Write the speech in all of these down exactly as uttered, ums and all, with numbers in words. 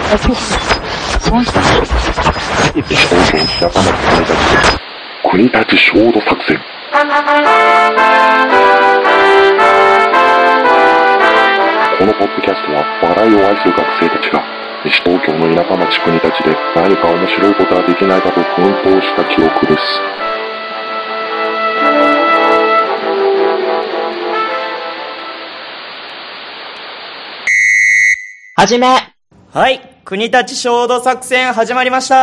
国立焦土作戦。このポッドキャストは笑いを愛する学生たちが西東京の田舎町国立で何か面白いことはできないかと奮闘した記憶です。 はじめ。はい、国立焦土作戦始まりました。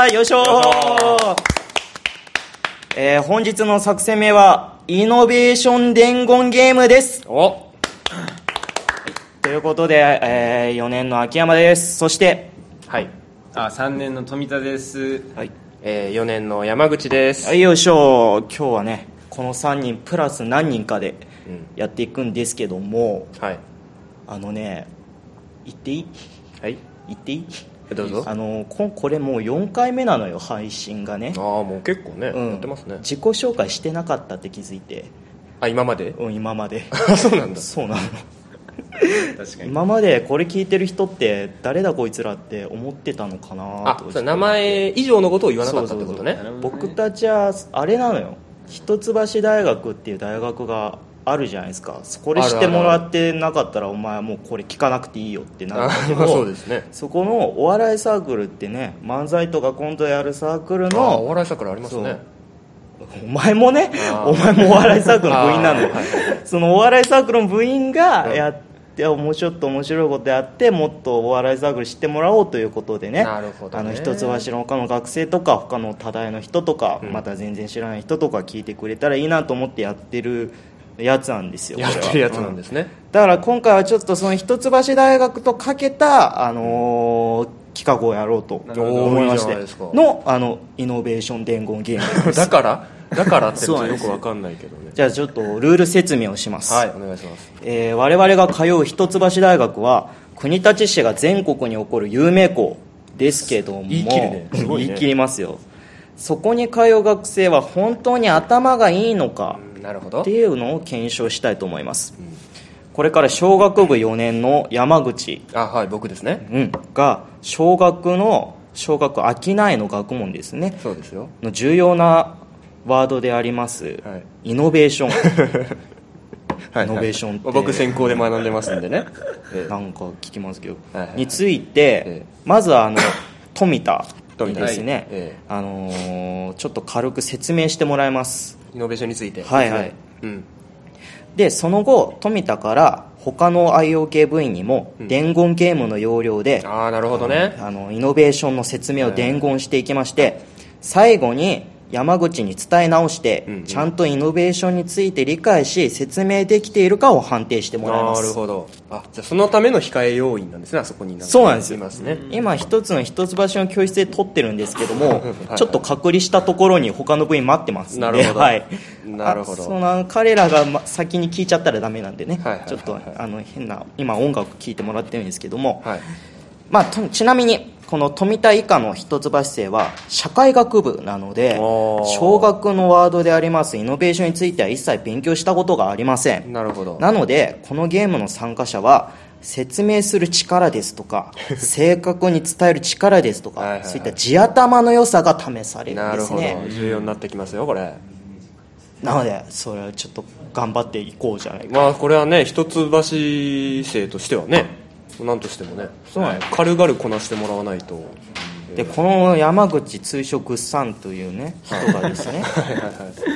よいしょー。えー、本日の作戦名はイノベーション伝言ゲームです。おということで、えー、よねんの秋山です。そしてはいあさんねんの富田です。 はい、 えー、よねんの山口です。 はい、よいしょ。今日はねこのさんにんプラス何人かでやっていくんですけども、 うん、はい、 あのね言っていい？ はい言っていい？ どうぞ。 あのここれもうよんかいめなのよ、配信がね。 ああもう結構ね、うん、やってますね。 自己紹介してなかったって気づいて。 あ今まで？ うん今までそうなんだ。 そうなの確かに今までこれ聞いてる人って誰だこいつらって思ってたのかなと。 あ名前以上のことを言わなかったってことね。 そうそうそう、僕たちはあれなのよ、一橋大学っていう大学があるじゃないですか。これ知ってもらってなかったらお前はもうこれ聞かなくていいよってなるんだけどそうですね。そこのお笑いサークルってね、漫才とかコントやるサークルのお笑いサークルありますね。 お前もね、お前もお笑いサークルの部員なのよそのお笑いサークルの部員がやってもうちょっと面白いことやって、もっとお笑いサークル知ってもらおうということでね、 なるほどね。 あの一橋の他の学生とか他の多大の人とか、 うん、 また全然知らない人とか聞いてくれたらいいなと思ってやってるやつなんですよ。 やってるやつなんですね、うん、 だから今回はちょっとその一橋大学とかけた、あのー、企画をやろうと思いましての、あのイノベーション伝言ゲームですだからだからってよくわかんないけどね。 じゃあちょっとルール説明をします。 はい、お願いします。 えー、我々が通う一橋大学は国立市が全国に起こる有名校ですけども、 言い切るね、すごいね。 言い切りますよ。そこに通う学生は本当に頭がいいのかっていうのを検証したいと思います、うん、これから小学部よねんの山口、 あ、はい、僕ですね、 うん、が小学の小学商いの学問ですね、 そうですよ、 の重要なワードであります、はい、イノベーションはい、イノベーションって僕専攻で学んでますんでねなんか聞きますけど、 はいはいはい、 について、えー、まずはあの富田にですね、はいえーあのー、ちょっと軽く説明してもらいます。 イノベーションについて。 はいはい、 うん、 でその後富田から他の アイオーケー 部員にも伝言ゲームの要領で、 うん、ああなるほどね、 あのイノベーションの説明を伝言していきまして、最後に山口に伝え直して、うんうん、ちゃんとイノベーションについて理解し説明できているかを判定してもらいます。 なるほど。あ、じゃあそのための控え要員なんですね、あそこに。 そうなんですよ。 いますね。 今一つの一橋の教室で撮ってるんですけどもはい、はい、ちょっと隔離したところに他の部員待ってますので、 なるほど、 はい、 なるほど。 その彼らが先に聞いちゃったらダメなんでね、 はいはいはいはい、 ちょっとあの変な今音楽聴いてもらってるんですけども、 はい、 まあ、ちなみにこの富田以下の一橋生は社会学部なので、小学のワードでありますイノベーションについては一切勉強したことがありません。 なるほど。 なのでこのゲームの参加者は説明する力ですとか正確に伝える力ですとかはいはい、はい、そういった地頭の良さが試されるんですね。 なるほど、重要になってきますよこれ。 なのでそれはちょっと頑張っていこうじゃないか。 まあこれはね、一橋生としてはね、なんとしてもね、そうなん軽々こなしてもらわないと。 でこの山口通称グッサンというね人がですねはいはい、はい、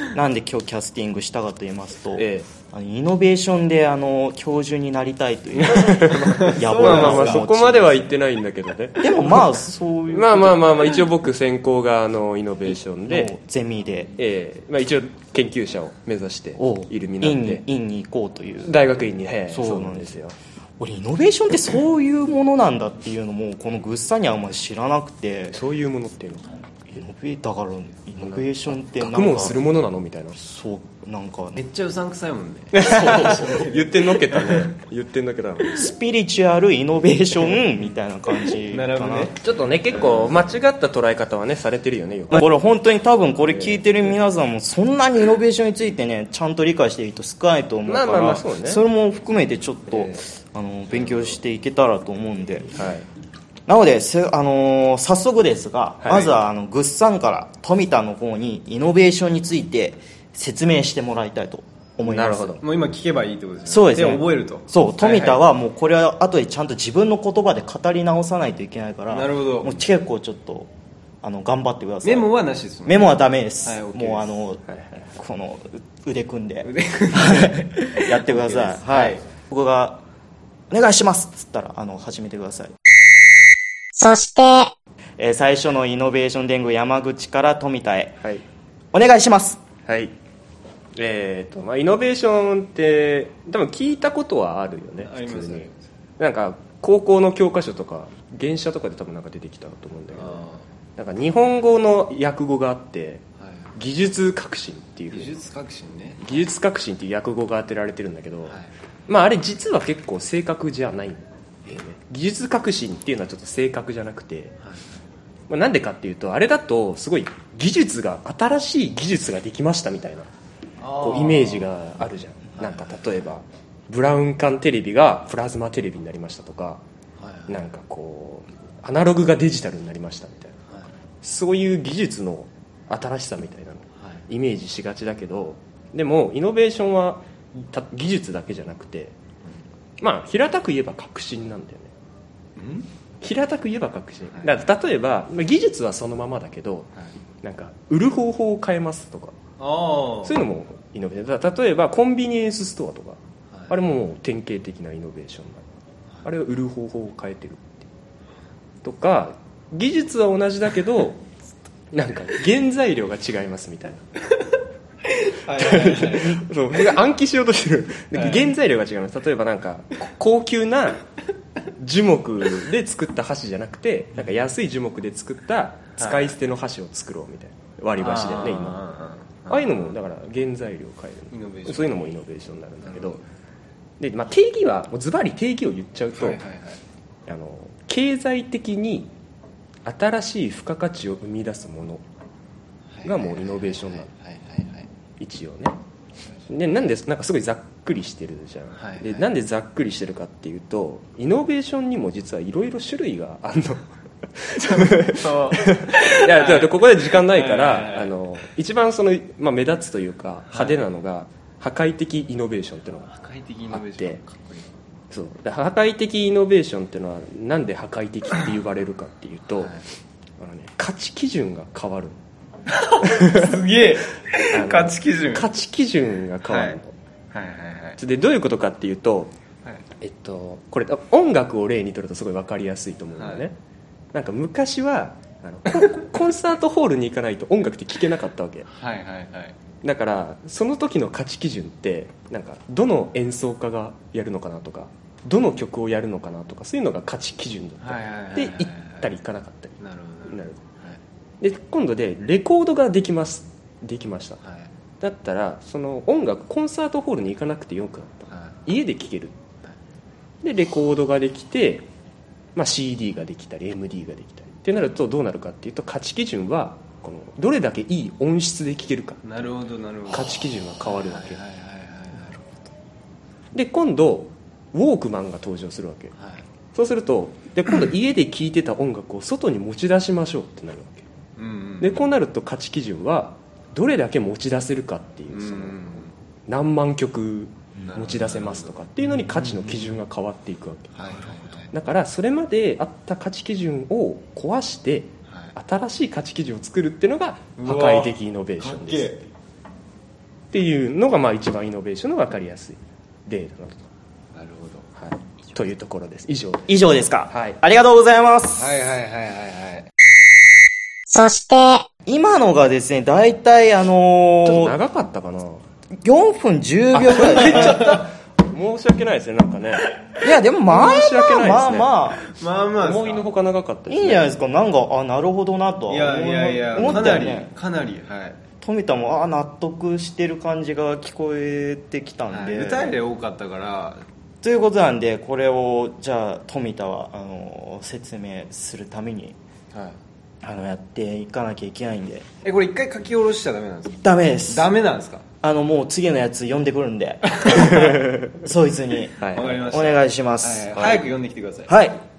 なんで今日キャスティングしたかと言いますと、ええ、あのイノベーションであの教授になりたいという野望がまあまあそこまでは言ってないんだけどね。 でもまあそういうまあまあまあまあ一応僕専攻があのイノベーションでゼミで、 ええまあ、一応研究者を目指している身なんで院に行こうという大学院に、はい、 そうなんですよ。俺イノベーションってそういうものなんだっていうのもこのグッサンにはあんまり知らなくて。 そういうものっていうのイノベーだからイノベーションってなんか学問するものなのみたいな。 そうなんかめっちゃうさんくさいもんねそうそう言ってんのけたね言ってんのけたスピリチュアルイノベーションみたいな感じかな。なるほどね。 ちょっとね結構間違った捉え方はねされてるよねよく。 これ本当に多分これ聞いてる皆さんもそんなにイノベーションについてねちゃんと理解している人少ないと思うから、まあまあまあ そ,、ね、それも含めてちょっと、えー、あの勉強していけたらと思うんで、はい、 なので、あのー、早速ですが、 はい、 まずはあのグッさんから富田の方にイノベーションについて説明してもらいたいと思います。 なるほど。 もう今聞けばいいってことですね。 そうですね。 で覚えると。 そう、富田はもうこれは後でちゃんと自分の言葉で語り直さないといけないから、 なるほど。 もう結構ちょっとあの頑張ってください。 メモはなしですもんね。 メモはダメです。 はい、 もうあの、はい、この腕組んで腕組んでやってください。はい、はい、僕がお願いしますっつったらあの始めてください。 そして、 えー、最初のイノベーション伝言山口から富田へ、 はい、 お願いします。 はい。えーとまあ、イノベーションって多分聞いたことはあるよね。 ありますね。 なんか高校の教科書とか原写とかで多分なんか出てきたと思うんだけど、なんか日本語の訳語があって、はい、技術革新っていう技術革新ね技術革新っていう訳語が当てられてるんだけど、はい、まああれ実は結構正確じゃないんだよね。技術革新っていうのはちょっと正確じゃなくて、はい、まあ、なんでかっていうとあれだとすごい技術が新しい技術ができましたみたいなこうイメージがあるじゃん。なんか例えばブラウン管テレビがプラズマテレビになりましたとか、はいはい、なんかこうアナログがデジタルになりましたみたいな、はい、そういう技術の新しさみたいなのイメージしがちだけど、でもイノベーションは技術だけじゃなくて、まあ平たく言えば革新なんだよね。ん平たく言えば革新、はい、だから例えば技術はそのままだけど、はい、なんか売る方法を変えますとか、あそういうのもイノベーションだ。例えばコンビニエンスストアとか、はい、あれももう典型的なイノベーションだ。あれは売る方法を変えてるってとか、技術は同じだけどなんか原材料が違いますみたいなはいはいはい、はい、そう僕が暗記しようとしてる原材料が違います。例えばなんか高級な樹木で作った箸じゃなくて、なんか安い樹木で作った使い捨ての箸を作ろうみたいな割り箸だよね今。ああいうのもだから原材料を変える、そういうのもイノベーションになるんだけど、で、まあ、定義はズバリ定義を言っちゃうと、はいはいはい、あの経済的に新しい付加価値を生み出すものがもうイノベーションなの、一応ね。でなんでなんかすごいざっくりしてるじゃん、はいはい、でなんでざっくりしてるかっていうと、イノベーションにも実はいろいろ種類があるのそういやだってここで時間ないから、はいはいはい、あの一番その、まあ、目立つというか派手なのが、はい、破壊的イノベーションっていうのがあって、破壊的イノベーションかっこいい。そう破壊的イノベーションっていうのはなんで破壊的って言われるかっていうと、はい、あのね、価値基準が変わるすげえ価値基準価値基準が変わるの、はいはいはいはい、でどういうことかっていうと、はい、えっと、これ音楽を例にとるとすごい分かりやすいと思うんだよね、はい、なんか昔はあのコンサートホールに行かないと音楽って聴けなかったわけはいはいはい。 だからその時の価値基準ってなんかどの演奏家がやるのかなとか、どの曲をやるのかなとか、そういうのが価値基準だった、はいはいはいはい、で行ったり行かなかったりなるほどなる、はい、で今度でレコードができますできました、はい、だったらその音楽コンサートホールに行かなくてよくなった、はい、家で聴ける、はい、でレコードができて、まあ、シーディー ができたり エムディー ができたりってなるとどうなるかっていうと、価値基準はこのどれだけいい音質で聴けるか、 なるほどなるほど、 価値基準が変わるわけで、今度ウォークマンが登場するわけ、はい、そうするとで今度家で聴いてた音楽を外に持ち出しましょうってなるわけ、うんうん、でこうなると価値基準はどれだけ持ち出せるかっていう、その何万曲持ち出せますとかっていうのに価値の基準が変わっていくわけ、だからそれまであった価値基準を壊して新しい価値基準を作るっていうのが破壊的イノベーションですっていうのが、まあ一番イノベーションの分かりやすい例だなと。 なるほど、はい、というところです。以上です。 以上ですか、 はい、 ありがとうございます。 はいはいはいはいはい。 そして今のがですね、だいたいあのー、 ちょっと長かったかな、 よんぷんじゅうびょうぐらい言っちゃった申し訳ないですね、なんかね。 いやでもまあ申し訳ないですね、 まあまあまあまあ思いのほか長かったですね。 いいんじゃないですか。なんかあなるほどなと。 いやいやいや、 思ったよね。 かなりかなり、はい。 富田もあ納得してる感じが聞こえてきたんで、 はい、歌いで多かったからということなんで、これをじゃあ富田はあの説明するために、はい、あのやっていかなきゃいけないんで。 えこれ一回書き下ろしちゃダメなんですか？ ダメです。 ダメなんですか？ あのもう次のやつ読んでくるんでそいつに、 はい、わかりました、 お願いします、 はいはい、早く読んできてください。 はい、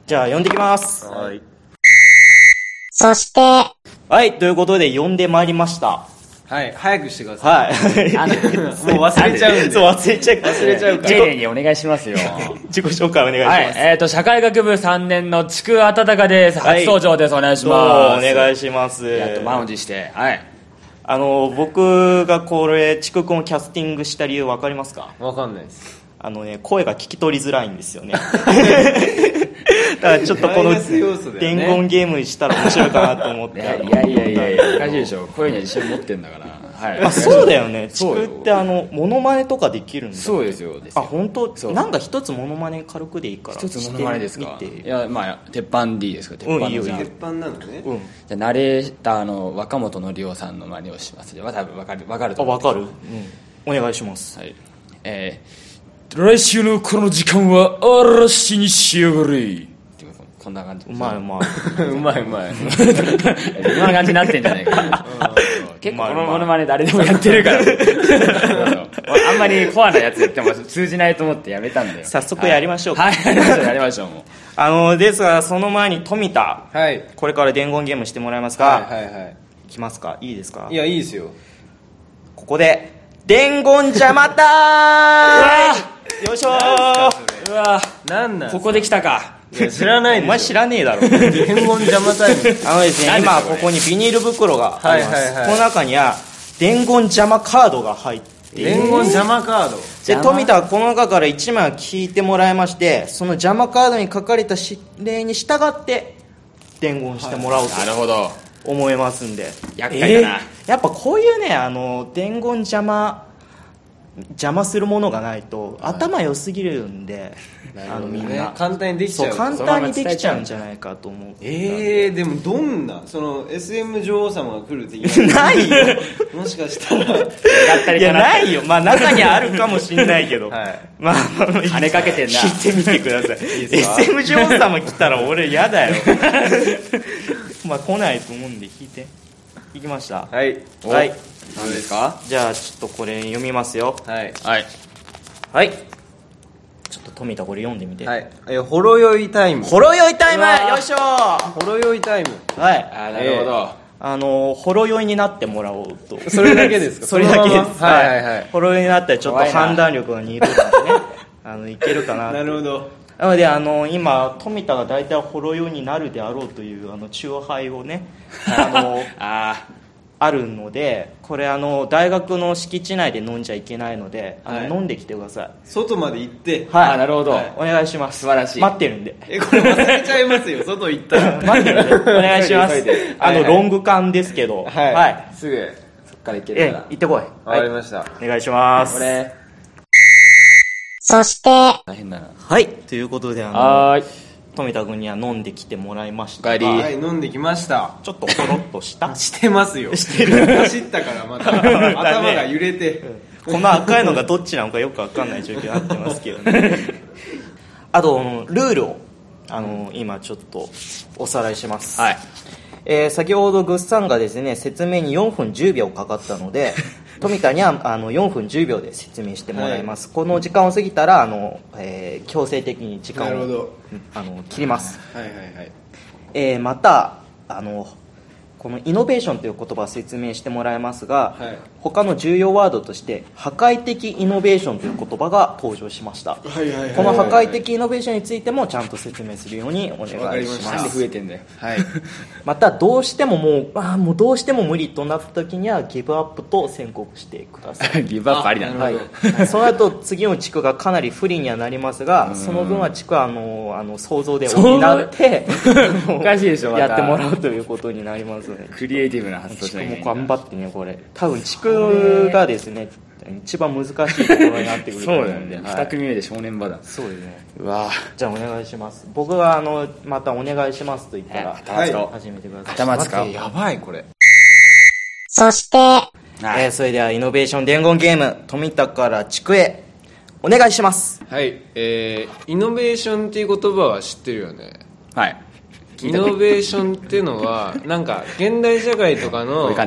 じゃあ呼んできます。 はい。 そして、 はい、ということで呼んでまいりました。 はい、早くしてください。 はい。 もう忘れちゃうんで。 そう、忘れちゃう。忘れちゃうから。 丁寧にお願いしますよ。 自己紹介お願いします。はい、 えっ、ー、と、社会学部さんねんのちくあたたかです。初登場です。お願いします。 お願いします。 やっと満を持して。はい。 あの、僕がこれ、ちくくんをキャスティングした理由分かりますか？ 分かんないです。 あのね、声が聞き取りづらいんですよね。だからちょっとこの伝言ゲームしたら面白いかなと思って。 いやいやいやいやいや、おかしいでしょ。声には自信持ってんだから。はい。 あ、そうだよね。ちくってあのモノマネとかできるんだ。 そうですよ。 あ、本当。なんか一つモノマネ軽くでいいから。 一つモノマネですか。いや、まあ鉄板 D ですか。鉄板のじゃん。 鉄板なのね。うん。 じゃあナレーターの若本のりおさんの真似をします。じゃあ多分わかるわかると思う。 あ、わかる。うん。お願いします。 はい。えー、来週のこの時間は嵐にしやがれ。こんな感じ。 うまいうまい。 うまいうまい。 今の感じになってんじゃないか。結構このモノマネ誰でもやってるから。あんまりコアなやつやっても通じないと思ってやめたんだよ。 早速やりましょうか。 はい、やりましょう、やりましょう、もう。 あの、ですが、その前に富田。 はい。 これから伝言ゲームしてもらえますか？ はいはいはい。 いきますか？いいですか？ いや、いいですよ。 ここで、伝言邪魔だーよいしょー。 うわなんなん？ ここで来たか。 いや知らないでしょ。 お前知らねえだろ。 伝言邪魔タイム。 あのですね、今ここにビニール袋があります。はいはいはい、この中には伝言邪魔カードが入っている。 伝言邪魔カード。 で、富田はこの中からいちまい聞いてもらいまして、その邪魔カードに書かれた指令に従って伝言してもらおうと、 はい、なるほど思いますんで。 厄介だな、 えー、やっぱこういうね、あの伝言邪魔邪魔するものがないと、はい、頭良すぎるんで、あのみんな簡単にできちゃう。 そう簡単にできちゃうんじゃないかと思う。 ええー、でもどんなその エスエム 女王様が来る的なないよ。 もしかしたらいやないよ。まあ中にあるかもしれないけど、はい、まあ跳ねかけてんな。 聞いてみてください。いい エスエム 女王様来たら俺嫌だよ。まあ来ないと思うんで聞いて。いきました。 はいはい。 何ですか？ じゃあちょっとこれ読みますよ。 はいはいはい。ちょっと富田これ読んでみて。 はい。えほろ酔いタイム。 ほろ酔いタイム。よいしょ。 ほろ酔いタイム。 はい。 あ、なるほど。えー、 あのほろ酔いになってもらおうと。 それだけですか？ それだけです。 はいはいはい。 ほろ酔いになったらちょっと判断力が似るのでね、あのいけるかな。 なるほど。 なのであの今富田が大体ほろ酔いになるであろうというあのチューハイをね、あのああるので、これあの大学の敷地内で飲んじゃいけないので、あの、はい、飲んできてください。 外まで行って。 はい。 あ、なるほど、 はい、お願いします。 素晴らしい。 待ってるんで。 え、これ忘れちゃいますよ。外行ったら。 待ってるんで。お願いします。あの、はいはい、ロング缶ですけど。 はい。はい、すぐそっから行けるから。 え、行ってこい。 わかりました、 はい。お願いします。 これ。 そして、 大変だな。 はい。ということであの。 はい。 富田君には飲んできてもらいました。 お帰り。 はい、飲んできました。 ちょっとほろっとしたしてますよ。 してる。 走ったからまた頭が揺れて、 うん、この赤いのがどっちなのかよく分かんない状況になってますけどね。あとルールをあの今ちょっとおさらいします。 はい。 えー、先ほどグッサンがですね説明によんぷんじゅうびょうかかったので富田にはあのよんぷんじゅうびょうで説明してもらいます。はい、この時間を過ぎたらあの、えー、強制的に時間をあの切ります。 はいはいはい。 えー、またあのこのイノベーションという言葉を説明してもらいますが、はい、他の重要ワードとして破壊的イノベーションという言葉が登場しました。この破壊的イノベーションについてもちゃんと説明するようにお願いします。 なんで増えてんだよ。はい。 またどうしてももうあもうどうしても無理となった時にはギブアップと宣告してください。 ギブアップありなんだ。 はい。その後次の地区がかなり不利にはなりますが、その分は地区はあのあの想像で補っておかしいでしょ。ま、 やってもらうということになりますので。 クリエイティブな発想しなきゃいけない。 も頑張ってねこれ。多分地区がですね一番難しいところになってくると思うんで。 そうだよね。二組目で正念場だ。 そうですね。 うわじゃあお願いします。僕があのまたお願いしますと言ったら始めてください。 頭使う。 やばいこれ。 そして、 えー、それではイノベーション伝言ゲーム富田から地区へお願いします。 はい。えー、イノベーションっていう言葉は知ってるよね。 はい。 イノベーションっていうのはなんか現代社会とかのこういう感じなんだ。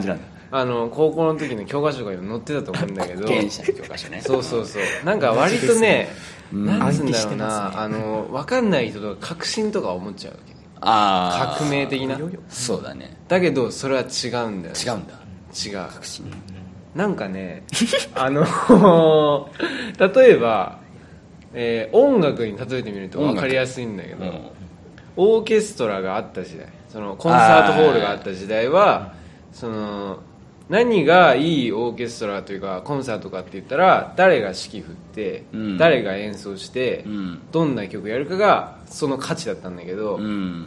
あの高校の時の教科書とかにも載ってたと思うんだけど原始の教科書ね。 そうそうそうなんか割とねなんつうんだろうな、あの分かんない人とか確信とか思っちゃうわけ。 あ革命的な。 そうだね。 だけどそれは違うんだよ。 違うんだ。 違う。確信。なんかねあの例えば、えー、音楽に例えてみると分かりやすいんだけど、うん、オーケストラがあった時代、そのコンサートホールがあった時代はその何がいいオーケストラというかコンサートかって言ったら誰が指揮振って、うん、誰が演奏して、うん、どんな曲やるかがその価値だったんだけど、うん、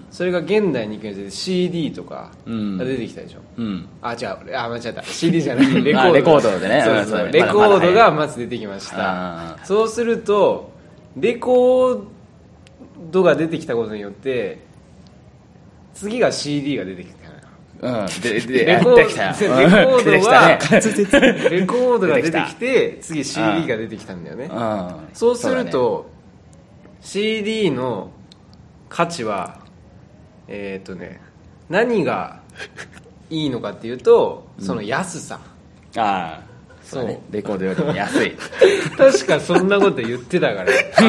それが現代に行くにつれて シーディー とかが出てきたでしょ、うん、あ違うあ間違えた シーディー じゃないレコードレコードでねそうそうレコードがまず出てきました。そうするとレコードが出てきたことによって次が シーディー が出てきた。 うん、ででレコードレコードはレコードが出てきて次 シーディー が出てきたんだよね。そうすると シーディー の価値はえっとね何がいいのかっていうとその安さ。 ああそうね、レコードよりも安い確かそんなこと言ってたから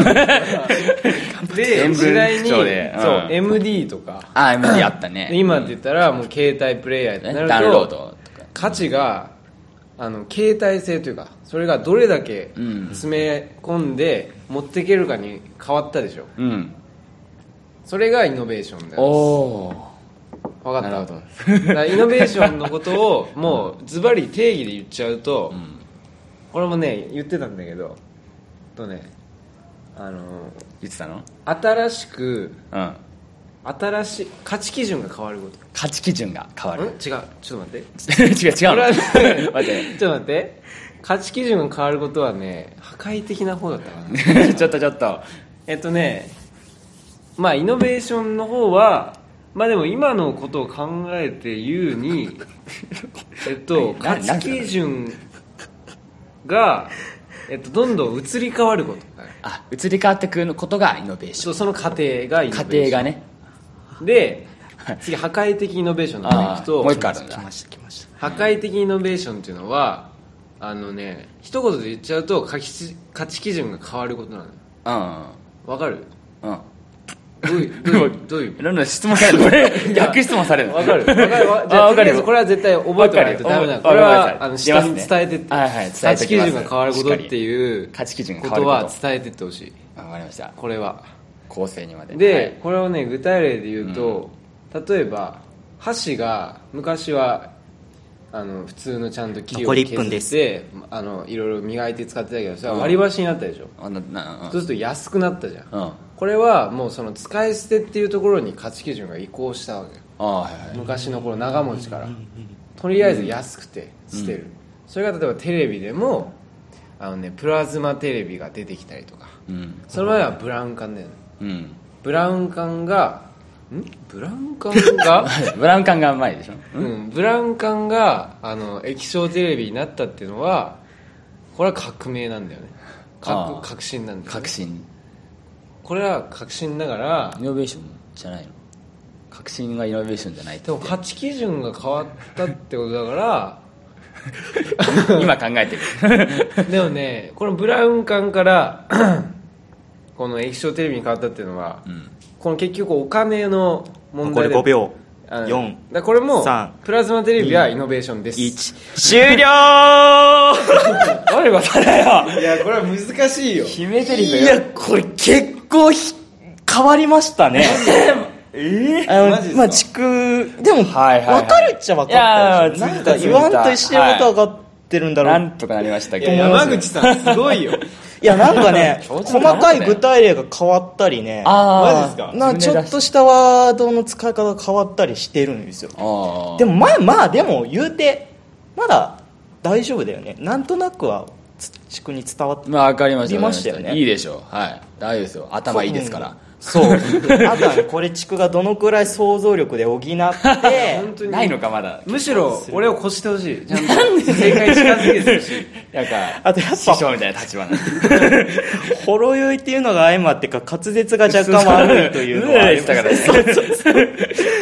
で時代に、うん、そう エムディー とかあ エムディー あったね今って言ったらもう携帯プレイヤーってなると、ね、ダウンロードとか価値があの携帯性というかそれがどれだけ詰め込んで持っていけるかに変わったでしょ、うん、それがイノベーションだよ。お分かった。なるほど。だからイノベーションのことをもうズバリ定義で言っちゃうと、うん、俺もね言ってたんだけどとねあの言ってたの新しく、うん、新しい価値基準が変わること。 価値基準が変わる。 ん違うちょっと待って違う違うの待ってちょっと待って価値基準が変わることはね破壊的な方だったかなちょっとちょっとえっとねまあイノベーションの方はまあでも今のことを考えて言うにえっと価値基準がえっとどんどん移り変わること。 あ移り変わってくることがイノベーション。 その過程がイノベーション。 過程がね。 で次破壊的イノベーションの方に行くともう一個あるんだ。 破壊的イノベーションっていうのはあのね一言で言っちゃうと価値価値基準が変わることなのよ。うんわかる。うんどういうどういうどういうなんだ質問されるこれ逆質問されるわかるわかるじゃあとりあえずこれは絶対覚えておかないとダメなの。これはあの下に伝えてって価値基準が変わることっていうことは伝えてってほしい。 わかりました。 これは構成にまででこれをね具体例で言うと例えば箸が昔はあの普通のちゃんと木を削ってあのいろいろ磨いて使ってたけどそれは割り箸になったでしょ。そうすると安くなったじゃん。これはもうその使い捨てっていうところに価値基準が移行したわけよ。あ、はいはい、昔の頃長持ちからとりあえず安くて捨てる、うん、それが例えばテレビでもあの、ね、プラズマテレビが出てきたりとか、うん、その前はブラウン管だよね、うん、ブラウン管がんブラウン管がブラウン管がうまいでしょ、 うん、ブラウン管があの液晶テレビになったっていうのはこれは革命なんだよね。革革新なんだよね。 革新これは革新だからイノベーションじゃないの。革新がイノベーションじゃないって。 でも価値基準が変わったってことだから今考えてるでもねこのブラウン管からこの液晶テレビに変わったっていうのは、うん、この結局お金の問題で残りごびょうよんだこれもプラズマテレビはイノベーションです。 いち終了どういうことだよ。 いやこれは難しいよ。 決めテレビよ。 いやこれ結構変わりましたねえー、あのマジまあ地区でも分かるっちゃ分かったでしょ。なんか言わんとしてることは分かってるんだろう、 はい、なんとかなりましたけど。 山口さんすごいよいやなんかね細かい具体例が変わったりねあマジですか。 なちょっとしたワードの使い方が変わったりしてるんですよ。あでもまあまあでも言うてまだ大丈夫だよね。なんとなくは地区に伝わってまあ分かりましたましたよね。 いいでしょう。はい大丈夫ですよ。頭いいですからそう、うん、あとは、ね、これ地区がどのくらい想像力で補って本当にないのかまだ。 むしろ俺を越してほしい。ちゃんと正解に近づけてほしいなんかあとやっぱ師匠みたいな立場なんでほろ酔いっていうのが相まってか滑舌が若干悪いというのはありましたからね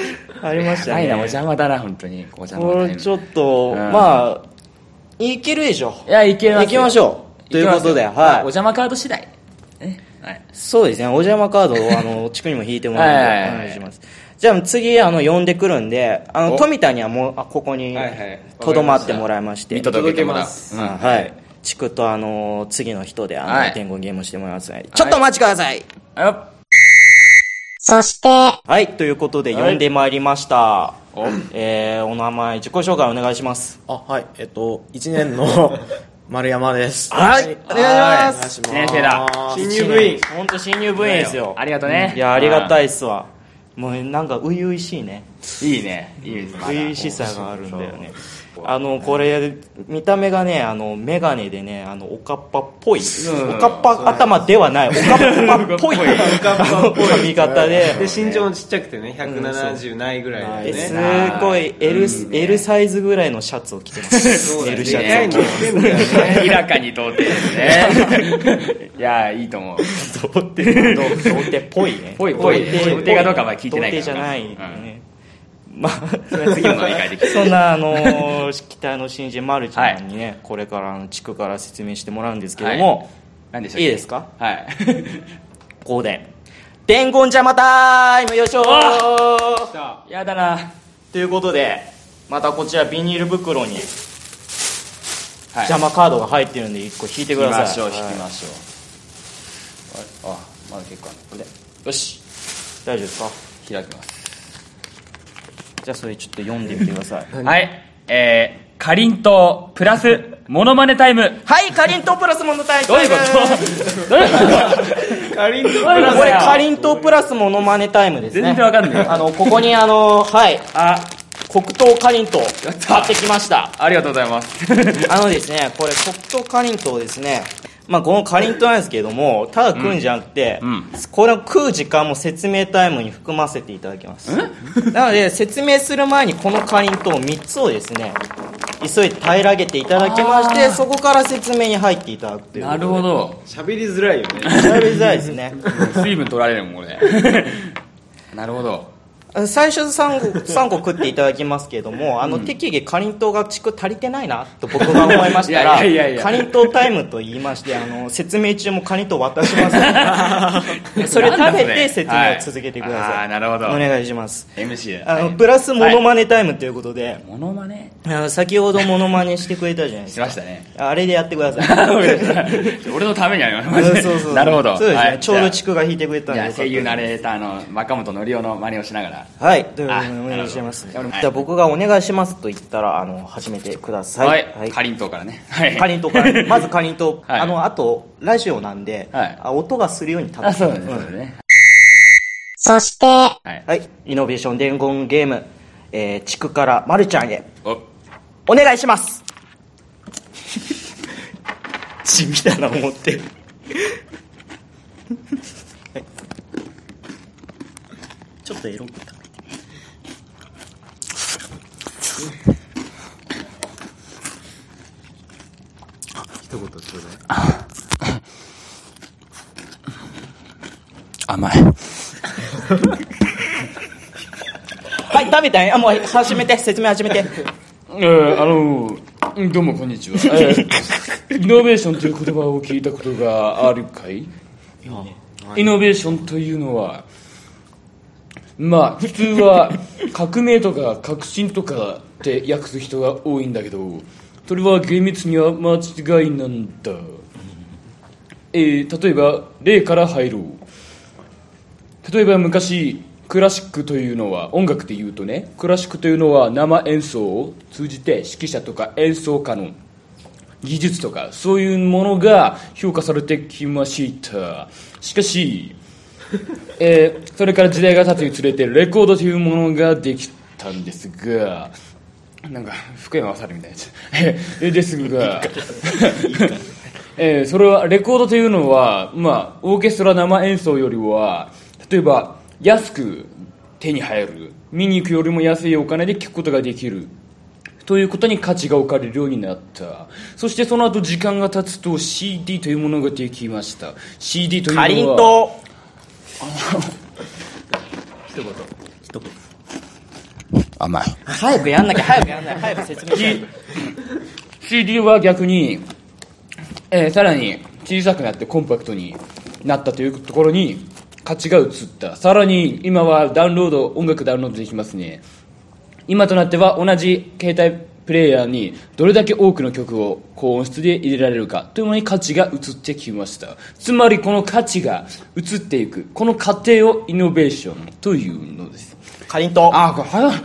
ありましたね。 ないな、お邪魔だな、本当に。お邪魔こタイム。 れちょっと、 うんまあ、いけるでしょ。 いや、いけますよ。 行きましょう。ということで、 いきますよはい。 お邪魔カード次第。ね。はい。 そうですね、お邪魔カードを、あの、地区にも引いてもらうので、 はいはいはいお願いします。じゃあ次、あの、呼んでくるんで、あの、 お富田にはもう、あ、ここにはいはい、 とどまってもらいまして。 見届けてもらう。 す。 うんあはい。地区と、あの、次の人で、あの、 はい伝言ゲームしてもらいます。ちょっとお待ちください。 あよそして、 はい、ということで、呼んでまいりました。 おえー、お名前、自己紹介お願いします。 あ、はい。えっと、いちねんの丸山です。 はいお願いしますお願いします。 いちねん生だ新入部員。 本当新入部員ですよ。 ありがとね。 いや、ありがたいっすわ。もうなんか、初々しいね。 いいね。いいです。 初々しさがあるんだよね。あの、これ、見た目がね、あの、メガネでね、あの、おかっぱっぽい。 うんおかっぱ頭ではない、おかっぱっぽい。おかっぱっぽい髪型で。 で、身長もちっちゃくてね、ひゃくななじゅうないぐらいですね。 ごい L, L サイズぐらいのシャツを着てます。L シャツを着てます。 でかいの着てんだよね。 明らかに童貞ですね。いや、いいと思う。 童貞、童貞っぽいね。 ぽいぽい童貞童貞かどうかは聞いてないから童貞じゃないね。まあ、 それは次の理解できる。 そんな、あのー、期待の新人、まるちゃんにね、これから、あの、地区から説明してもらうんですけども、 何でしょういいですか？ はい。 ここで、伝言邪魔タイムよいしょーやだな。 ということで、またこちらビニール袋に、 はい。 邪魔カードが入ってるんで、一個引いてください。 引きましょう、引きはいましょう。あ、まだ結構ある。これで。よし。 大丈夫ですか？ 開きます。 じゃあそれちょっと読んでみてください。 はい。えー、かりんとうプラスモノマネタイム。 はい、かりんとうプラスモノタイム。 どういうことどういうことかりんとうどういうことこれ、 だよかりんとうプラスモノマネタイムですね。 全然わかんない。 あの、ここにあの、はい、あ、黒糖かりんとう買ってきました。 ありがとうございます。 あのですね、これ黒糖かりんとうですね、まあこのかりんとうなんですけれども、ただ食うんじゃなくて、 うんうんこれを食う時間も説明タイムに含ませていただきます。なので、説明する前にこのかりんとうみっつをですね、急いで平らげていただきまして、そこから説明に入っていただくという。 なるほど。 喋りづらいよね。 喋りづらいですね。 水分取られるもん、これ。なるほど。 最初さんこ、さんこ食っていただきますけれども、あの、適宜かりんとうが地区足りてないな、と僕が思いましたら、 いやいやいやいやかりんとうタイムと言いまして、あの、説明中もかりんとう渡しますそれ食べて説明を続けてくだはいあさい。 ーなるほどお願いします。 エムシーあの、プラスモノマネタイムということで、 モノマネあの先ほどモノマネしてくれたじゃないですか。 しましたね。 あれでやってください。 俺のためにありまそうす。 そうそう。 なるほど。 そうですね。 はいちょうど地区が引いてくれたんでじゃあよかったです。 声優ナレーターの若本のりおの真似をしながら。 はい。ということであお願いします。 なるほどじゃあ僕がお願いしますと言ったら、あの、始めてください。 はい。かりんとうからね。はい。 かりんとうから、まずかりんとう、 はいあの、あと、ラジオなんで、 はいあ音がするように食べあ、そうですね。 んそうですね。 そして、 はい。 はい。イノベーション伝言ゲーム、えー、地区からまるちゃんへ、 お、 お願いします地味だな思ってる。はいちょっとエロく食べて。 一言ちょうだい。 甘い。 はい、食べたい。あ、もう始めて、説明始めて。 えー、あのー、どうもこんにちは。えー、イノベーションという言葉を聞いたことがあるかい？イノベーションというのは、まあ、普通は革命とか革新とかって訳す人が多いんだけど、それは厳密には間違いなんだ。えー、例えば、例から入ろう。例えば昔、クラシックというのは、音楽で言うとね、クラシックというのは生演奏を通じて指揮者とか演奏家の技術とかそういうものが評価されてきました。しかし、えー、それから時代が経つにつれてレコードというものができたんですが、なんか福山雅治みたいなやつえですがえー、それはレコードというのは、まあ、オーケストラ生演奏よりは例えば安く手に入る、見に行くよりも安いお金で聴くことができるということに価値が置かれるようになった。そしてその後時間が経つと シーディー というものができました。 シーディー というのはかりんとう。 一言。一言。 甘い。 早くやんなきゃ、早くやんなきゃ、早く説明しないと。 シーディー は逆に、えー、さらに小さくなってコンパクトになったというところに価値が移った。さらに今はダウンロード、音楽ダウンロードできますね。今となっては同じ携帯プレイヤーにどれだけ多くの曲を高音質で入れられるかというものに価値が移ってきました。つまりこの価値が移っていく、この過程をイノベーションというのです。 かりんとう。 あ、これ早い。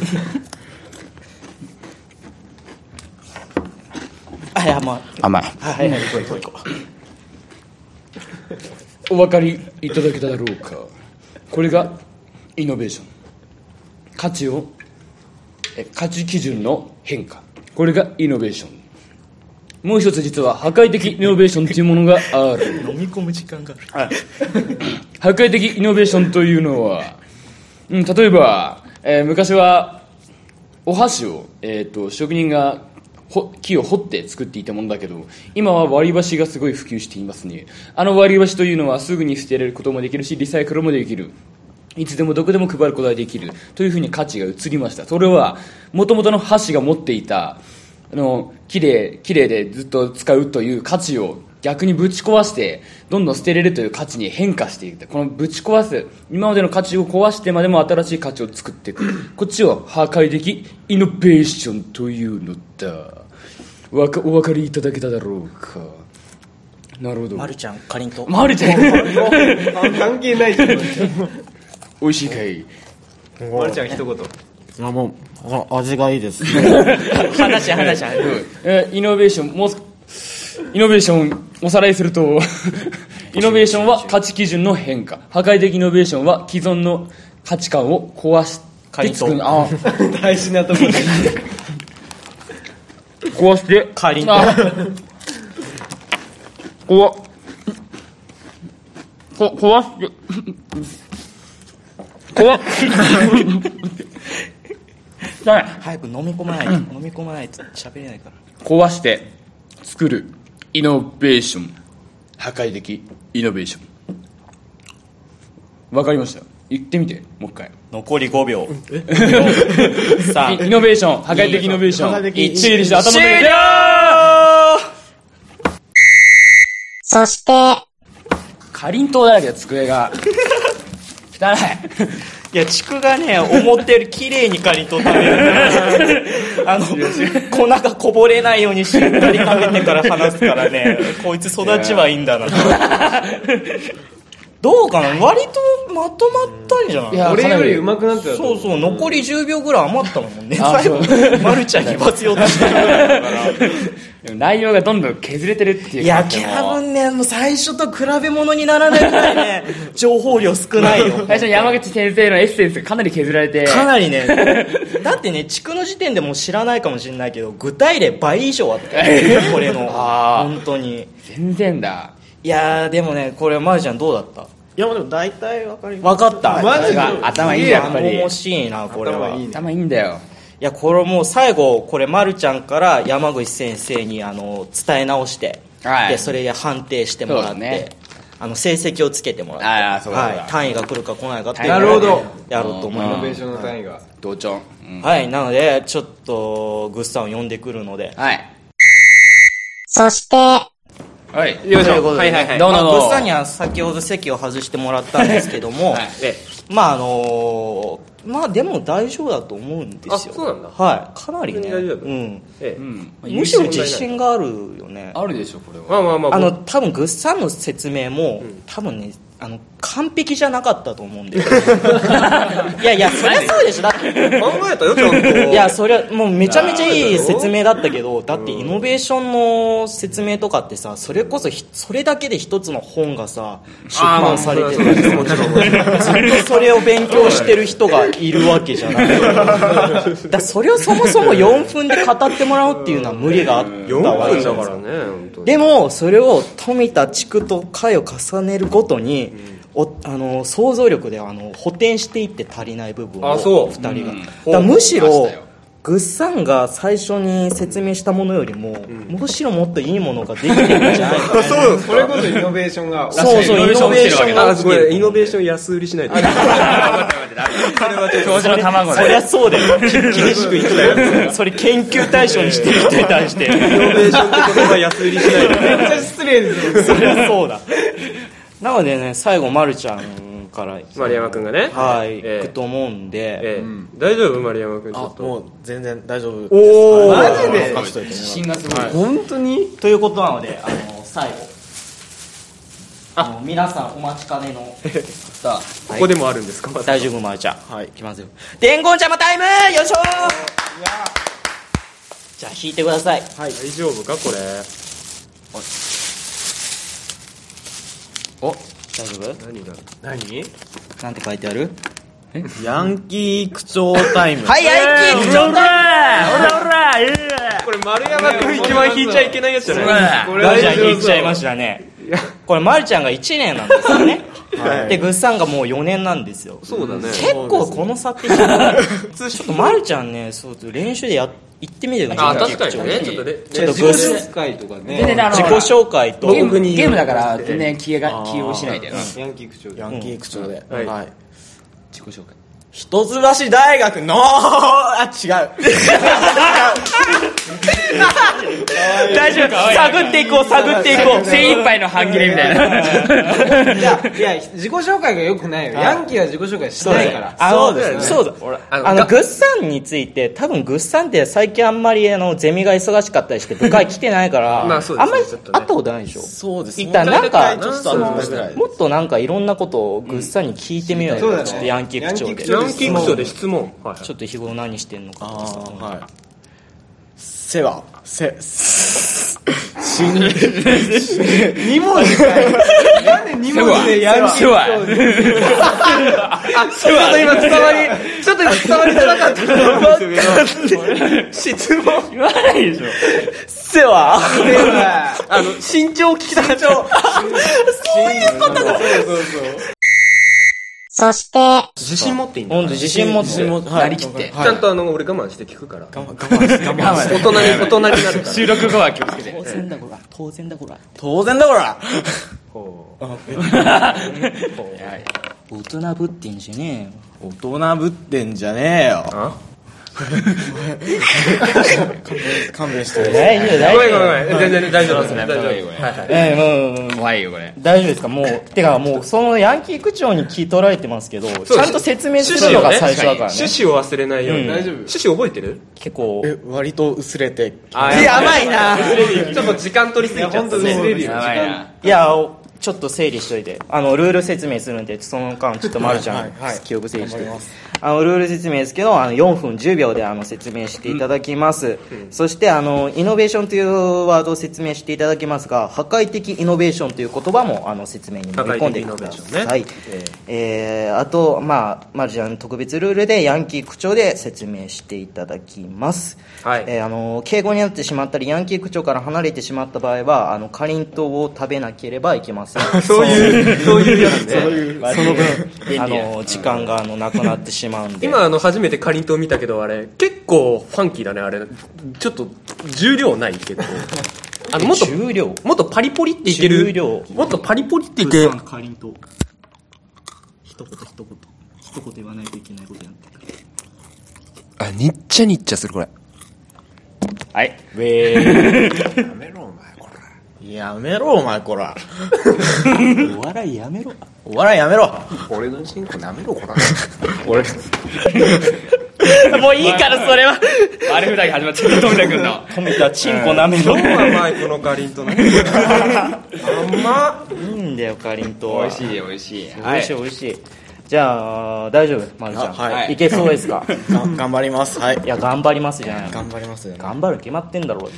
あ、いや、まあ。 甘い。 はいはいはい、行こう行こう行こお分かりいただけただろうか。これがイノベーション。価値をえ価値基準の変化、これがイノベーション。もう一つ実は破壊的イノベーションというものがある。 飲み込む時間がある。 破壊的イノベーションというのは、うん、例えば、えー、昔はお箸を、えー、と職人がほ木を掘って作っていたものだけど、今は割り箸がすごい普及していますね。あの割り箸というのはすぐに捨てられることもできるし、リサイクルもできる、いつでもどこでも配ることができるというふうに価値が移りました。それは元々の箸が持っていたあのきれいきれいでずっと使うという価値を逆にぶち壊してどんどん捨てれるという価値に変化していく。このぶち壊す、今までの価値を壊してまでも新しい価値を作っていく、こっちを破壊的イノベーションというのだ。わかお分かりいただけただろうか。なるほど。 まるちゃん、かりんとう。 まるちゃん関係ないじゃん。 美味しいかい。 まるちゃん一言。 あ、もうあ味がいいです。 話話話。 えイノベーション、もうイノベーションおさらいするとイノベーションは価値基準の変化、破壊的イノベーションは既存の価値観を壊して作る。あ大事なところで壊してかりんとう。 壊こ壊して壊早く飲み込まないと、飲み込まないと喋れないから。 壊して作るイノベーション、破壊的イノベーション。わかりました。言ってみてもう一回。 残りごびょう。さあ、 イノベーション、破壊的イノベーション、整理して頭の中で終了。 そして、 かりんとうだらけだ、机が汚い。 いや、ちくがね、思ってる綺麗にかりんとう食べる。あの、粉がこぼれないようにしっかり食べてから話すからね、こいつ育ちはいいんだな。どうかな、割とまとまったんじゃない？ いや、 俺より上手くなってた。 そうそう、残りじゅうびょうぐらい余ったもんね。 あ最後、まるちゃんに罰用としてるぐらいだから。 内容がどんどん削れてるっていう。 いや、多分ね、もう最初と比べ物にならないぐらいね、情報量少ないよ。 最初に山口先生のエッセンスがかなり削られて。 かなりね、だってね、地区の時点でもう知らないかもしれないけど、具体例倍以上あったよ、これの。本当に。 全然だ。 いやー、でもね、これ、まるちゃんどうだった？ いや、でも大体わかり分かった。 マジか。 頭いいやっぱり。 面白いな、これは。 頭いいんだよ。 いや、これもう最後、これ、まるちゃんから山口先生にあの伝え直して、 はい、 でそれで判定してもらって、ね、あの成績をつけてもらって、 あそうだ、 はい、単位が来るか来ないかっていうなるほどやろうと思います。 イノベーションの単位が同調、 うん、はい、なのでちょっとグッさんを呼んでくるので、 はい、 そしてはい、 よいしょ、はいはいはい、どうも、まあ、グッさんには先ほど席を外してもらったんですけども、はい、まああのーまあでも大丈夫だと思うんですよ。 あ、そうなんだ。 はい、かなりね。 大丈夫。 うん。 ええ、 うん。むしろ自信があるよね。 あるでしょこれは。 まあまあまあ。 あの多分グッさんの説明も、うん、多分ね、あの完璧じゃなかったと思うんで。いやいや、そりゃそうでしょ。だって考えたよちゃんと。 いや、そりゃもうめちゃめちゃいい説明だったけど、だってイノベーションの説明とかってさ、それこそそれだけで一つの本がさ出版されてるから、ずっとそれを勉強してる人がいるわけじゃない。だそれをそもそもよんぷんで語ってもらうっていうのは無理があったわけだからね。 でもそれを富田地区と回を重ねるごとに、うん、おあの想像力であの補填していって足りない部分をふたりが、うん、だむしろグッさんが最初に説明したものよりも、うん、むしろもっといいものができてるんじゃないかな。 そうそれこそイノベーションがそうそうイノベーションがこれイノベーション安売りしないと。 教授の卵そりゃそうだよ。厳しく言ったよ。それ研究対象にしてる人に対して。イノベーションって言葉安売りしないで。 めっちゃ失礼ですよ。 そりゃそうだ。なのでね、最後、まるちゃんから、 丸山くんがね。 はい、 えー、 行くと思うんで。 えーうん、大丈夫丸山くんちょっと。 もう全然大丈夫。 おー。 マジで自信がすごい。 本当にということなので、あの、最後。あの、皆さんお待ちかねの。 さあ、ここでもあるんですか、ま、 大丈夫、まるちゃん。はい。いきますよ。伝言邪魔タイムよいしょー。じゃあ、弾いてください。 はい。大丈夫か、これ。 お、大丈夫？ 何が何？ なんて書いてある？ ヤンキー口調タイム。 はい、ヤンキー口調タイム。ほらほら、 これ丸山くん一番弾いちゃいけないやつじゃない？ これ丸ちゃん弾いちゃいましたね。これまるちゃんがいちねんなんですよね。はい、でグッさんがもうよねんなんですよ。 そうだね。 結構この差ってちょっとまるちゃんね、そう練習でや行ってみてください。 あ、確かにね。ちょっとね、 ちょっとグッ紹介とかね。 自己紹介とゲームゲームだからね、気が気をしないで。ヤンキー口調で。 ヤンキー口調で。 はい。 自己紹介。 一橋大学のあ、違う。 大丈夫。探っていこう、探っていこう。 精一杯の半切れみたいな。 いや、いや、自己紹介が良くないよ。ヤンキーは自己紹介しないから。 そうです。そうだ。あの、グッさんについて、多分グッさんって最近あんまりあの、ゼミが忙しかったりして部会来てないから、あんまり会ったことないでしょ。 そうです。 一旦なんか、もっとなんかいろんなことをグッさんに聞いてみようよ。ちょっとヤンキー口調で。 ヤンキー口調で質問。 ちょっと日頃何してんのか。 はい。せは、せ、しん、 に文字かい。なんでに文字でヤンキー口調で。あ、ちょっと今伝わり、ちょっと今伝わりづらかった。質問言わないでしょ。せは、 あの、身長聞きたかった。 そういうことだ。そうそうそう。 そして、 自信持っていいんだ。 ほんと自信持って、 なりきって。 ちゃんとあの、俺我慢して聞くから。 我慢、我慢して、我慢して。 大人に、大人になるから。 収録後は気をつけて。 当然だこら、当然だこら。 当然だこら。 大人ぶってんじゃねえよ。大人ぶってんじゃねえよ。勘弁して。 大丈夫、大丈夫。 ごめんごめん。全然大丈夫ですね。大丈夫。 え、もう、 怖いよ、これ。 大丈夫ですか？もう、てかもう、そのヤンキー口調に聞い取られてますけど、ちゃんと説明するのが最初だからね。 趣旨を忘れないように。大丈夫。趣旨覚えてる？ 結構。 え、割と薄れて。 やばいな。 ちょっと時間取りすぎちゃった。本当に薄れるよ。 いや、ちょっと整理しといて、あのルール説明するんで、その間ちょっとまるちゃん記憶整理して、あのルール説明ですけど、あのよんぷんじゅうびょうであの説明していただきます、うん、そしてあのイノベーションというワードを説明していただきますが、破壊的イノベーションという言葉もあの説明に盛り込んでください、ねえー、あと、まあ、まるちゃん特別ルールでヤンキー口調で説明していただきます、はいえー、あの敬語になってしまったりヤンキー口調から離れてしまった場合はあのかりんとうを食べなければいけませんそういうそういうやつね。そういうその分あの時間があのなくなってしまうんで。 今あの初めてかりんとう見たけど、あれ結構ファンキーだね。あれちょっと重量ないけど。あのもっと重量もっとパリポリっていける。 重量もっとパリポリっていける。 かりんとう。一言一言一言言わないといけないことやってくれ。 あ、にっちゃにっちゃするこれ。 はい。ウェー。 やめろお前こら。やめろお前こら。 お笑いやめろ。 お笑いやめろ。 俺のチンコなめろこら。 俺。 もういいからそれは。 悪ふざけ始まっちゃった富田君の。 富田チンコなめろ。 超甘いこのかりんとう。甘っ。 いいんだよかりんとう。 美味しい美味しい。 美味しい美味しい。じゃあ大丈夫まるちゃん、 はい、 いけそうですか？ 頑張ります。はい。 いや頑張りますじゃない。 頑張りますよ、ね。 頑張る決まってんだろう。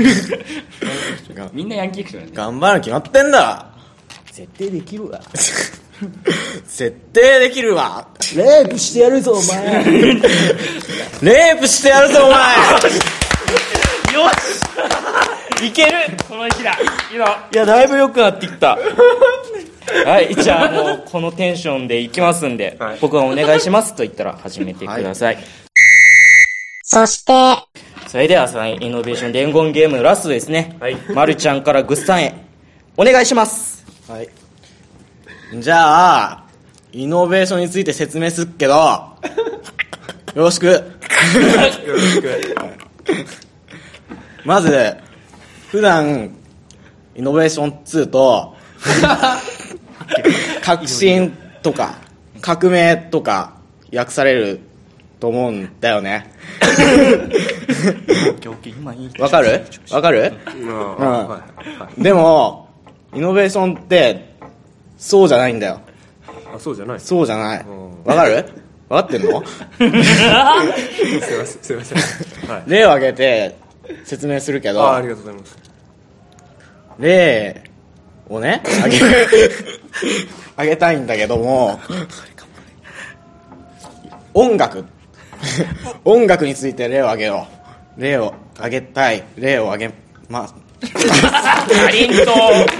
みんなヤンキー口だね。 頑張る決まってんだ。 絶対できるわ。 絶対できるわ。 レイプしてやるぞお前。 レイプしてやるぞお前。 よし。いける。この日だ。いやだいぶ良くなってきた。はい、じゃあもうこのテンションでいきますんで、はい、僕がお願いしますと言ったら始めてください、はい、 そしてそれではさイノベーション伝言ゲームラストですね、はい、まるちゃんからグッさんへお願いします。 はい、じゃあイノベーションについて説明すっけどよろしくよろしくまず普段イノベーションツーと革新とか革命とか訳されると思うんだよねわかるわかる、うん、はい、でもイノベーションってそうじゃないんだよ。 あ、そうじゃないそうじゃないわかるわかってんのすいませんすいません、はい、 例を挙げて説明するけどあ, ありがとうございます。 例をねあげあげたいんだけども音楽音楽について例を挙げよう。例を挙げたい例を挙げますかりんと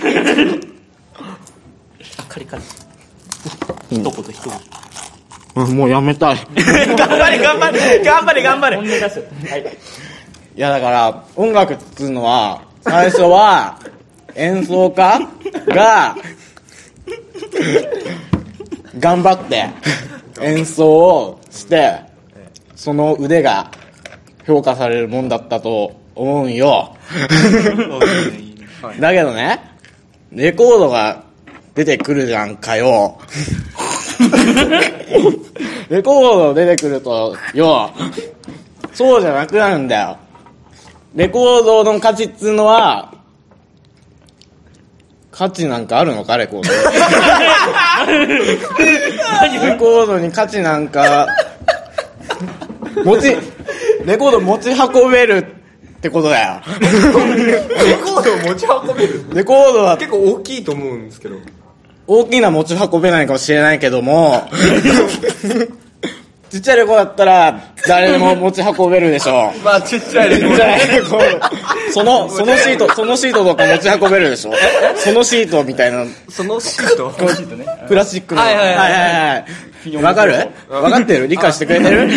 カリカリ一言一言もうやめたい頑張れ頑張れ頑張れ頑張れ本音出す、はい、 いやだから音楽っていうのは最初は演奏家が頑張って演奏をしてその腕が評価されるもんだったと思うんよだけどねレコードが出てくるじゃんかよレコード出てくるとよそうじゃなくなるんだよ。レコードの価値っつうのは価値なんかあるのかレコードレコードに価値なんか持ちレコード持ち運べるってことだよレコードを持ち運べるレコードは結構大きいと思うんですけど大きな持ち運べないかもしれないけどもちっちゃいレコードだったら誰でも持ち運べるでしょまあちっちゃいレコードそのそのシートそのシートとか持ち運べるでしょそのシートみたいなそのシートプラスチックのはいはいはいはいわかるわかってる理解してくれてる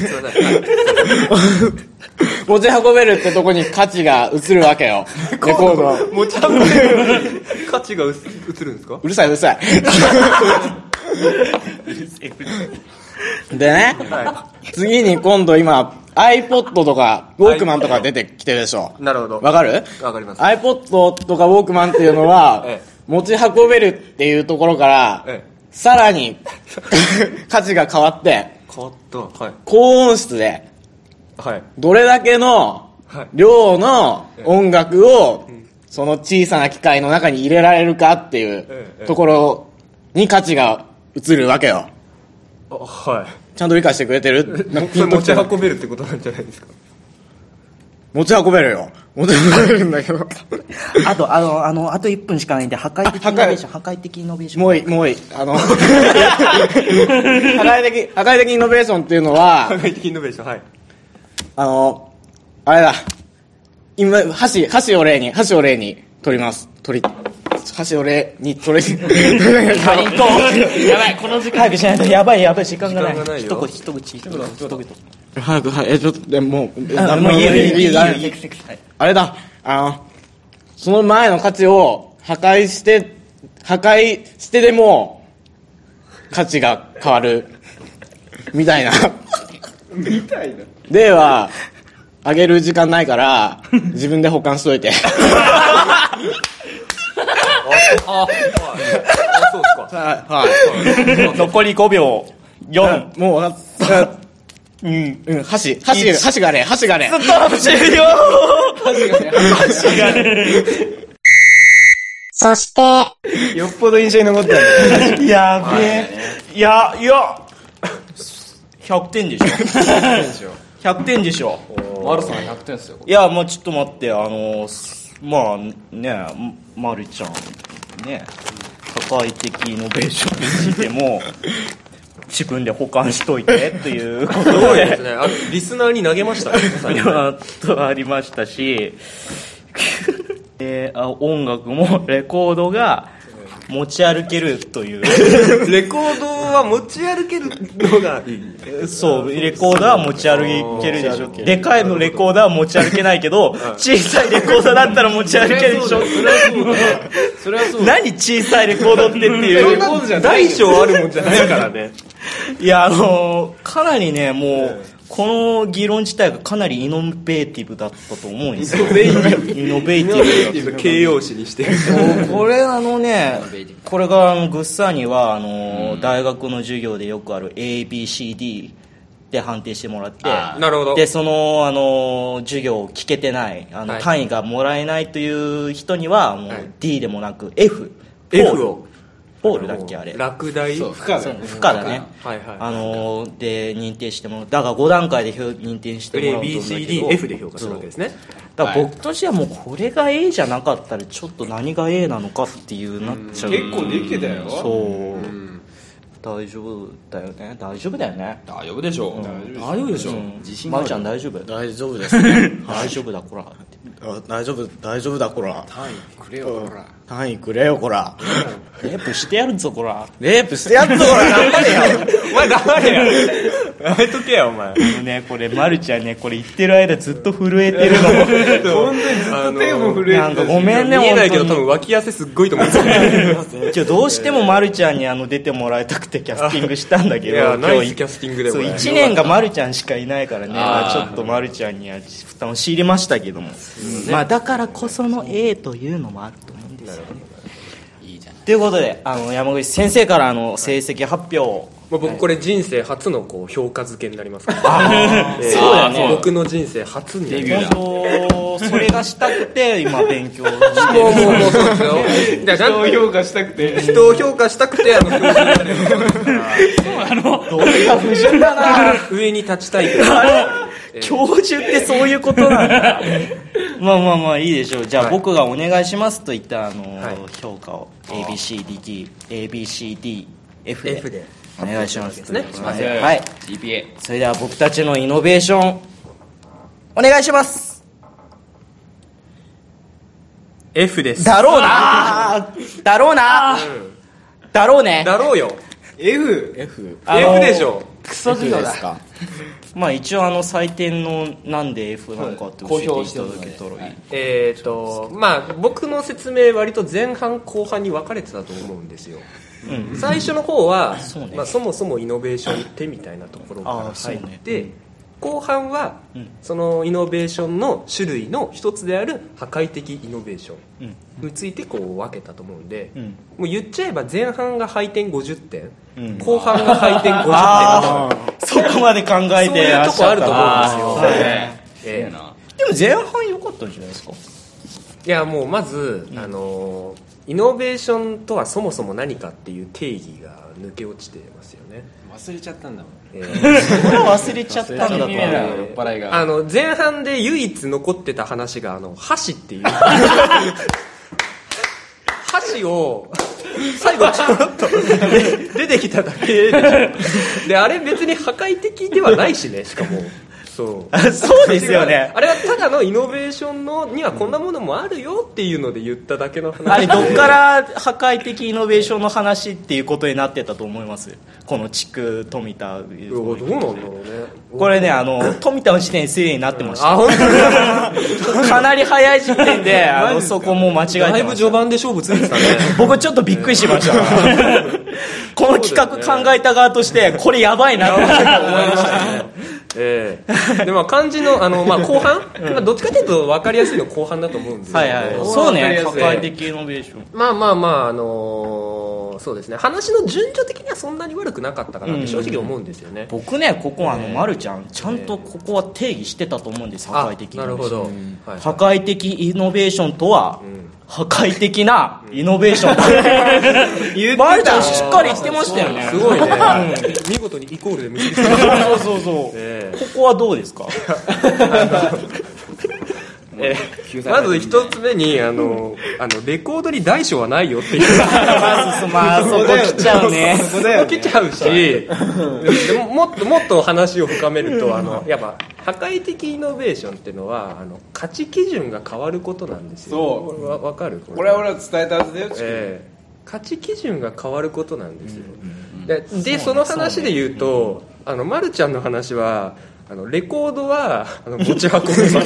持ち運べるってとこに価値が移るわけよレコードは持ち運べる価値が移るんですか。 うるさいうるさいでね、はい、次に今度今 iPod とかウォークマンとか出てきてるでしょ。 なるほどわかるわかります。 iPod とかウォークマンっていうのは、ええ、持ち運べるっていうところから、ええ、さらに価値が変わって変わった、はい、 高音質で、 はい、 どれだけの量の音楽を、ええ、その小さな機械の中に入れられるかっていうところに価値が移るわけよ。 あ、はい。 ちゃんと理解してくれてる？ 持ち運べるってことなんじゃないですか。 持ち運べるよ。持ち運べるんだけど。 あと、あの、あの、あといっぷんしかないんで、破壊的イノベーション、破壊的イノベーション。 もういい、もういい。あの、破壊的、破壊的イノベーションっていうのは、 破壊的イノベーション、はい。 あの、あれだ。今、箸、箸を例に、箸を例に取ります。取り、箸を例に取り、 かりんとう。やばい、この時間早くしないと、やばい、やばい、時間がない。一口、一口、一口、一口。 早く、はい、え、ちょっと、でもう、 あ、もういいよ、いいよ、いいよ、いいよ。 あれだ、あの、その前の価値を破壊して、破壊してでも、価値が変わる。みたいな。 みたいな。 では、あげる時間ないから、自分で保管しといて。 あ、あ、そうですか。 はい。 残りごびょう。よん。 もう、うん、うん、箸、箸、箸がね、箸がね。 ストップ終了。 箸がね、箸がね。 そして、 よっぽど印象に残ってる。 やべえ。いや、いや、ひゃくてんでしょ。ひゃくてんでしょ。 マルさんひゃくてんですよ。 いや、もうちょっと待って、あの、まあね、まるちゃん、ね、社会的イノベーションについても、自分で保管しといてっていうことで。 すごいですね。あ、リスナーに投げましたね。 とありましたし、えー、音楽もレコードが持ち歩けるというレコードは持ち歩けるのがいい。 そうレコードは持ち歩けるでしょ。でかいのレコードは持ち歩けないけど小さいレコードだったら持ち歩けるでしょ。 それはそう。 何小さいレコードってっていう大小あるもんじゃないからね。 いやあのー、かなりねもうこの議論自体がかなりイノベーティブだったと思うんですよ。イノベーティブ形容詞にしてる。 これあのねこれがあのグッサーにはあの、うん、大学の授業でよくある エービーシーディー で判定してもらって、 なるほど。 でそのあの授業を聞けてないあの、はい、単位がもらえないという人にはもう D でもなく F、 はい、F をポールだっけあれ落第そう負荷だね負荷だね、 はいはい、 あのー、で認定してもらうだからご段階で認定してもらうと思うんだけどエービーシーディーエフ で評価するわけですね。 だから僕としてはもうこれが A じゃなかったらちょっと何が A なのかっていうなっちゃう。 結構できてたよ。 そう、 うん、 大丈夫だよね。大丈夫だよね。 大丈夫でしょう、うん、 大丈夫でしょ、うん、自信まーちゃん大丈夫大丈夫ですね大丈夫だこら大丈夫大丈夫だこら単位くれよこら単位くれよこらレープしてやるぞこらレープしてやるぞこら頑張れよお前頑張れよやめとけよお前ねこれまるちゃんねこれ言ってる間ずっと震えてるの本当にずっと手も震えてる。 なんかごめんね見えないけど多分脇汗すっごいと思うんですよ一応どうしてもまるちゃんにあの出てもらいたくてキャスティングしたんだけどいやナイスキャスティングでもそういちねんがまるちゃんしかいないからねまあちょっとまるちゃんには負担を強いれましたけども、まあだからこその A というのもあると思うんですよね。いいじゃん。ということであの山口先生からあの成績発表を、 まあ、僕これ人生初のこう評価付けになりますから、 あー、えー、そうだよね。 僕の人生初にデビューだ。 本当それがしたくて今勉強してる。 もうもうもうそうですよ。 人を評価したくて人を評価したくてあの教授になれる。 あのどうか不純だな。 上に立ちたいけど。 教授ってそういうことなんだまあまあまあいいでしょう。じゃあ僕がお願いしますといったあの、はい、評価を エービーシーディーディー、エービーシーディーエフ で, でお願いしますね。 はい、はい、 ジーピーエーそれでは僕たちのイノベーションお願いします。 F です。 だろうなだろうな、うん、だろうねだろうよ。 F? F, F でしょ。 クソ授業ですかまあ一応あの採点のなんで F なのかって教えていただけたらいい。 えーとまあ僕の説明割と前半後半に分かれてたと思うんですよ、うん、最初の方は そ,、ねまあ、そもそもイノベーションってみたいなところから入って、ねうん、後半は、うん、そのイノベーションの種類の一つである破壊的イノベーションについてこう分けたと思うんで、うん、もう言っちゃえば前半が配点ごじゅってん、うん、後半が配点ごじゅってんあそこまで考えてらっしゃった。そういうとこあると思うんですよ、ねえー、でも前半良かったんじゃないですか。 いやもうまず、うん、あのイノベーションとはそもそも何かっていう定義が抜け落ちてますよね。 忘れちゃったんだもん、 えー、それは忘れちゃったんだと思う。 酔っ払いがあの前半で唯一残ってた話があの箸っていう箸を最後ちょっと出てきただけでであれ別に破壊的ではないしね。しかもそうそうですよね。 あれはただのイノベーションのにはこんなものもあるよっていうので言っただけの話。 あれどっから破壊的イノベーションの話っていうことになってたと思います。この地区富田。どうなんだろうね。 これねあの富田の時点ですでになってました。 あ本当かなり早い時点であのそこも間違えてました。 だいぶ序盤で勝負ついてたね。 僕ちょっとびっくりしましたこの企画考えた側としてこれやばいなって思いましたね。 えー、でも漢字の、あの、まあ、後半、うんまあ、どっちかというと分かりやすいの後半だと思うんですけど、 はいはい、そうね破壊的イノベーションまあまあまあ、あのー、そうですね話の順序的にはそんなに悪くなかったかなって正直思うんですよね、 うんうん、僕ねここはあの、えー、まるちゃんちゃんとここは定義してたと思うんです。破壊的イノベーション、なるほど、うんはいはい、破壊的イノベーションとは、うん破壊的なイノベーション言ってた。まるちゃんしっかり言ってましたよね。 すごいね、うん、見事にイコールで結びついた。 そうそうそう、えー、ここはどうですかえー、まず一つ目にあのあのレコードに大小はないよっていうまずまあそこ来ちゃうね。 そこ来ちゃうしでももっともっと話を深めるとあのやっぱ破壊的イノベーションっていうのはあの価値基準が変わることなんですよ。 そうわ分かるこれ。 これは俺は伝えたはずだよ、 えー価値基準が変わることなんですよ、うん、で, で そ, その話で言うと、う、ね、あのまるちゃんの話はあのレコードはあの持ち運べます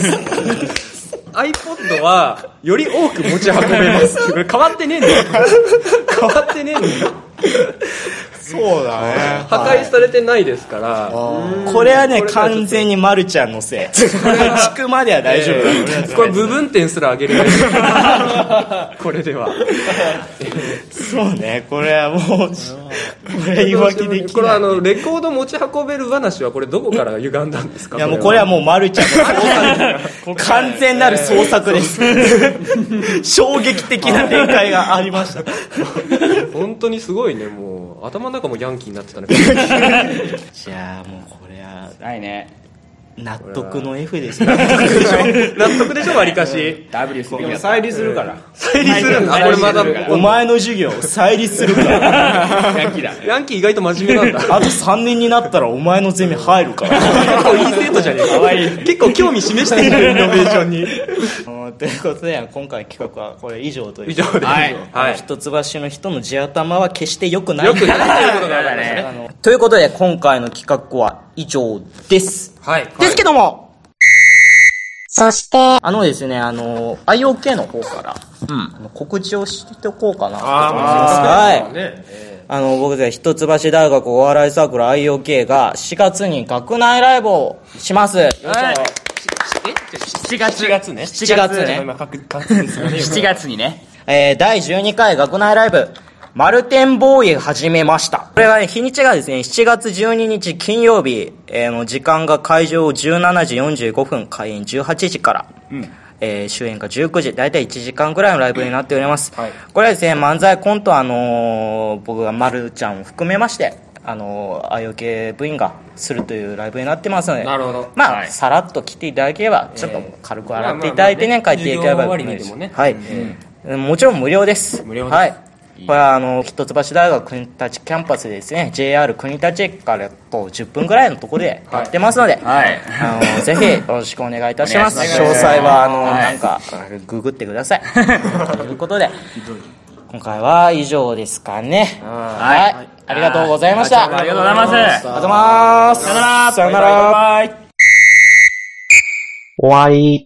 iPod はより多く持ち運べますこれ変わってねえんだよ変わってねえんだよそうだね。 破壊されてないですから。 これはね、完全にまるちゃんのせい。聞くまでは大丈夫だ、えー、これ部分点すら上げるこれでは。 そうね、これはもう、これ言い訳できない。 これあの、レコード持ち運べる話はこれどこから歪んだんですか？ いやもうこれはもうまるちゃんの創作。完全なる創作です。衝撃的な展開がありました。 本当にすごいね、もう。頭の中もヤンキーになってたね。 じゃあもうこれはないね。 納得の F ですね。 納得でしょ、わりかし。 ダブリュースリー が再利するから。 再利するんだ。これまだお前の授業再利するから。 ヤンキーだ。ヤンキー意外と真面目なんだ。 あとさんねんになったらお前のゼミ入るから。 結構いい生徒じゃねえか。わいい。結構興味示してるイノベーションに。 ということで今回の企画はこれ以上という。 以上です。 はい。一橋の人の地頭は決して良くない。 良くないということがあるね。 ということで今回の企画は以上です。 はい。 ですけども。 そして、 あのですね、あの、アイオーケー の方から、うん、告知をしておこうかなと思います。はい。あの、僕で一橋大学お笑いサークル アイオーケー がしがつに学内ライブをします。よいしょ。 はい、しちがつ。しちがつね。 しちがつね。 しちがつにね。 えー、だいじゅうにかい学内ライブ。マルテンボーイ始めました。これは、ね、日にちがですね、しちがつじゅうににち金曜日、えー、の時間が会場じゅうしちじよんじゅうごふん、開演じゅうはちじから、うんえー、終演がじゅうくじ、だいたいいちじかんぐらいのライブになっております。はい、これはですね、漫才コント、あのー、僕がまるちゃんを含めまして、あのー、アイオーケー 部員がするというライブになってますので、 なるほど。 まあ、 はい、 さらっと来ていただければ、ちょっと軽く洗っていただいてね、帰っていければいいです。はい、うん。もちろん無料です。 無料です。 はい。これはあの一橋大学国立キャンパスでですね ジェイアール 国立駅からとじゅっぷんぐらいのところでやってますので、はい、あのぜひよろしくお願いいたします。詳細はあの、はい、なんかググってくださいということで今回は以上ですかね。はい、はい、ありがとうございました。 ありがとうございます。 ありがとうございます。 さよなら。 さよなら。 バイバイ。 終わり。